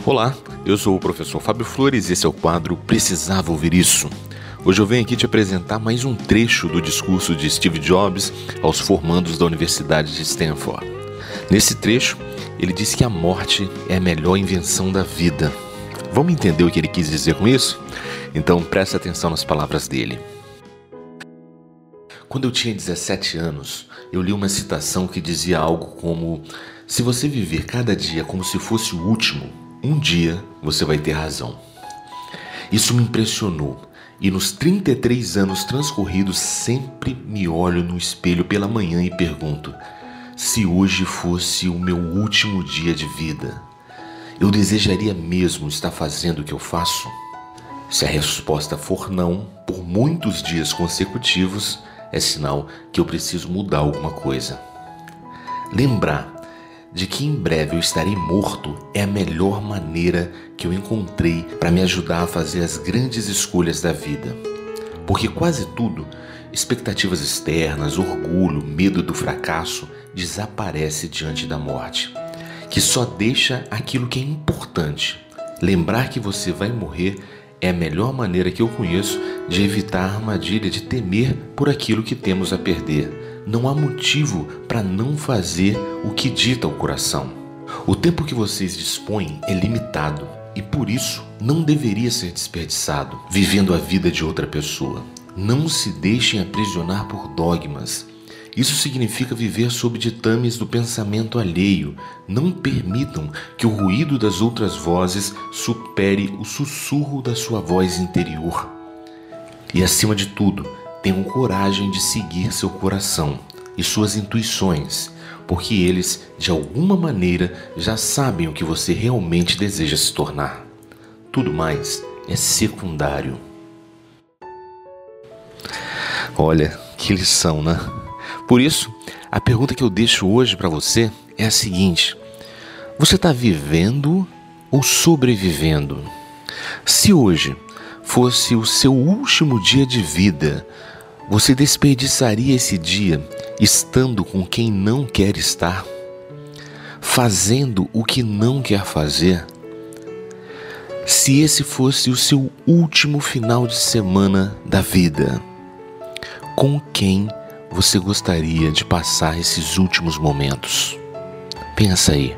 Olá, eu sou o professor Fábio Flores e esse é o quadro Precisava Ouvir Isso. Hoje eu venho aqui te apresentar mais um trecho do discurso de Steve Jobs aos formandos da Universidade de Stanford. Nesse trecho, ele disse que a morte é a melhor invenção da vida. Vamos entender o que ele quis dizer com isso? Então presta atenção nas palavras dele. Quando eu tinha 17 anos, eu li uma citação que dizia algo como: se você viver cada dia como se fosse o último, um dia você vai ter razão. Isso me impressionou e nos 33 anos transcorridos sempre me olho no espelho pela manhã e pergunto: se hoje fosse o meu último dia de vida, eu desejaria mesmo estar fazendo o que eu faço? Se a resposta for não, por muitos dias consecutivos, é sinal que eu preciso mudar alguma coisa. Lembrar de que em breve eu estarei morto é a melhor maneira que eu encontrei para me ajudar a fazer as grandes escolhas da vida. Porque quase tudo, expectativas externas, orgulho, medo do fracasso, desaparece diante da morte, que só deixa aquilo que é importante. Lembrar que você vai morrer é a melhor maneira que eu conheço de evitar a armadilha de temer por aquilo que temos a perder. Não há motivo para não fazer o que dita o coração. O tempo que vocês dispõem é limitado e por isso não deveria ser desperdiçado vivendo a vida de outra pessoa. Não se deixem aprisionar por dogmas. Isso significa viver sob ditames do pensamento alheio. Não permitam que o ruído das outras vozes supere o sussurro da sua voz interior. E acima de tudo, tenham coragem de seguir seu coração e suas intuições, porque eles, de alguma maneira, já sabem o que você realmente deseja se tornar. Tudo mais é secundário. Olha, que lição, né? Por isso, a pergunta que eu deixo hoje para você é a seguinte: você está vivendo ou sobrevivendo? Se hoje fosse o seu último dia de vida, você desperdiçaria esse dia estando com quem não quer estar? Fazendo o que não quer fazer? Se esse fosse o seu último final de semana da vida, com quem você gostaria de passar esses últimos momentos? Pensa aí.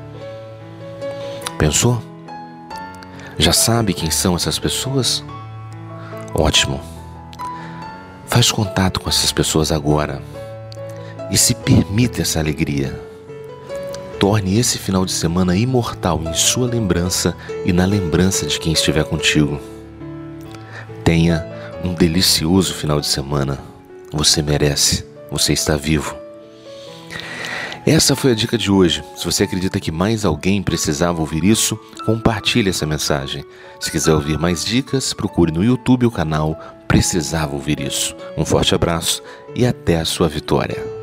Pensou? Já sabe quem são essas pessoas? Ótimo. Faz contato com essas pessoas agora e se permita essa alegria. Torne esse final de semana imortal em sua lembrança e na lembrança de quem estiver contigo. Tenha um delicioso final de semana. Você merece, você está vivo. Essa foi a dica de hoje. Se você acredita que mais alguém precisava ouvir isso, compartilhe essa mensagem. Se quiser ouvir mais dicas, procure no YouTube o canal Precisava Ouvir Isso. Um forte abraço e até a sua vitória.